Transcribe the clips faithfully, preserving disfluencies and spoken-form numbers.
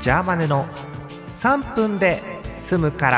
ジャーマネのさんぷんで済むから。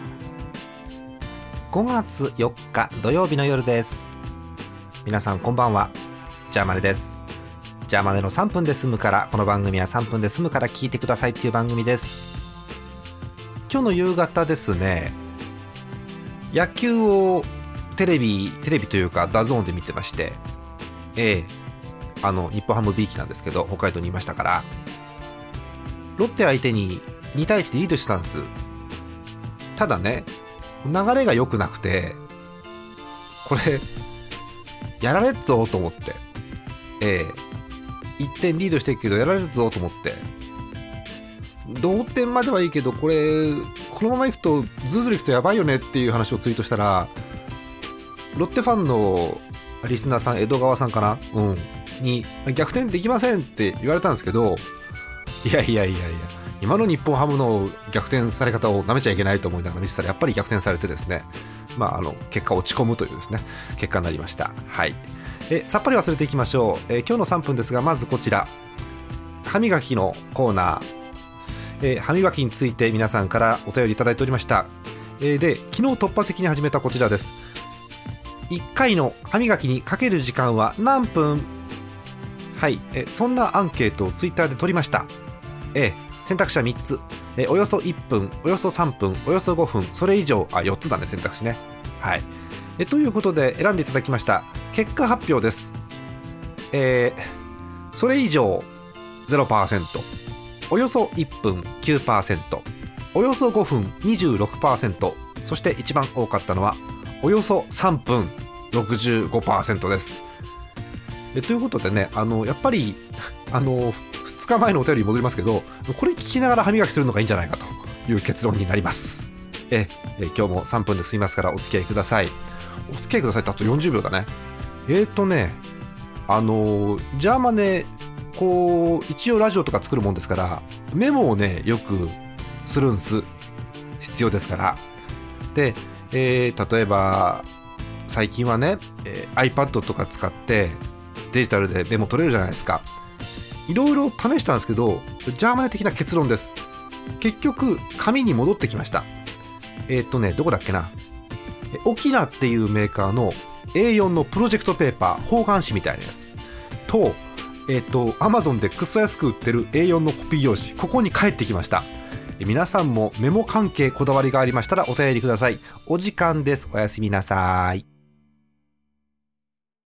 ごがつよっか土曜日の夜です。皆さんこんばんは、ジャーマネです。ジャーマネのさんぷんで済むから。この番組はさんぷんで済むから聞いてくださいという番組です。今日の夕方ですね、野球をテレビテレビというかダゾーンで見てまして、ええあの日本ハムビーキなんですけど、北海道にいましたから、ロッテ相手ににたいいちでリードしてたんです。ただね、流れが良くなくて、これやられっぞと思って、ええいってんリードしてるけどやられるぞと思って、同点まではいいけど、これこのままいくとズーズルいくとやばいよねっていう話をツイートしたら、ロッテファンのリスナーさん、江戸川さんかな、うんに逆転できませんって言われたんですけど、いやいやいやいや、今の日本ハムの逆転され方をなめちゃいけないと思いながら見てたら、やっぱり逆転されてですね、まあ、あの結果落ち込むというですね結果になりました。はい、えさっぱり忘れていきましょう。え今日のさんぷんですが、まずこちら、歯磨きのコーナー、え歯磨きについて皆さんからお便りいただいておりました。えで昨日突発的に始めたこちらです。いっかいの歯磨きにかける時間は何分？はい、えそんなアンケートをツイッターで取りました。え選択肢はみっつ、えおよそいっぷん、およそさんぷん、およそごふん、それ以上、あよっつだね、選択肢ね。はい、えということで選んでいただきました。結果発表です。えー、それ以上 ゼロパーセント、 およそいっぷん きゅうパーセント、 およそごふん にじゅうろくパーセント、 そして一番多かったのはおよそさんぷん ろくじゅうごパーセント です。えということでね、あのやっぱりあのふつかまえのお便りに戻りますけど、これ聞きながら歯磨きするのがいいんじゃないかという結論になります。ええ今日もさんぷんで済みますからお付き合いください。お付き合いくださいってあとよんじゅうびょうだね。えーとねあのジャーマネ、こう一応ラジオとか作るもんですから、メモをねよくするんす。必要ですから。で、えー、例えば最近はね、えー、iPad とか使ってデジタルでメモ取れるじゃないですか。いろいろ試したんですけど、ジャーマネ的な結論です。結局紙に戻ってきました。えーっとねどこだっけな、オキナっていうメーカーの エーよん のプロジェクトペーパー、方眼紙みたいなやつと、えーっと Amazon でくっそ安く売ってる エーよん のコピー用紙、ここに帰ってきました。え皆さんもメモ関係こだわりがありましたらお便りください。お時間です。おやすみなさい。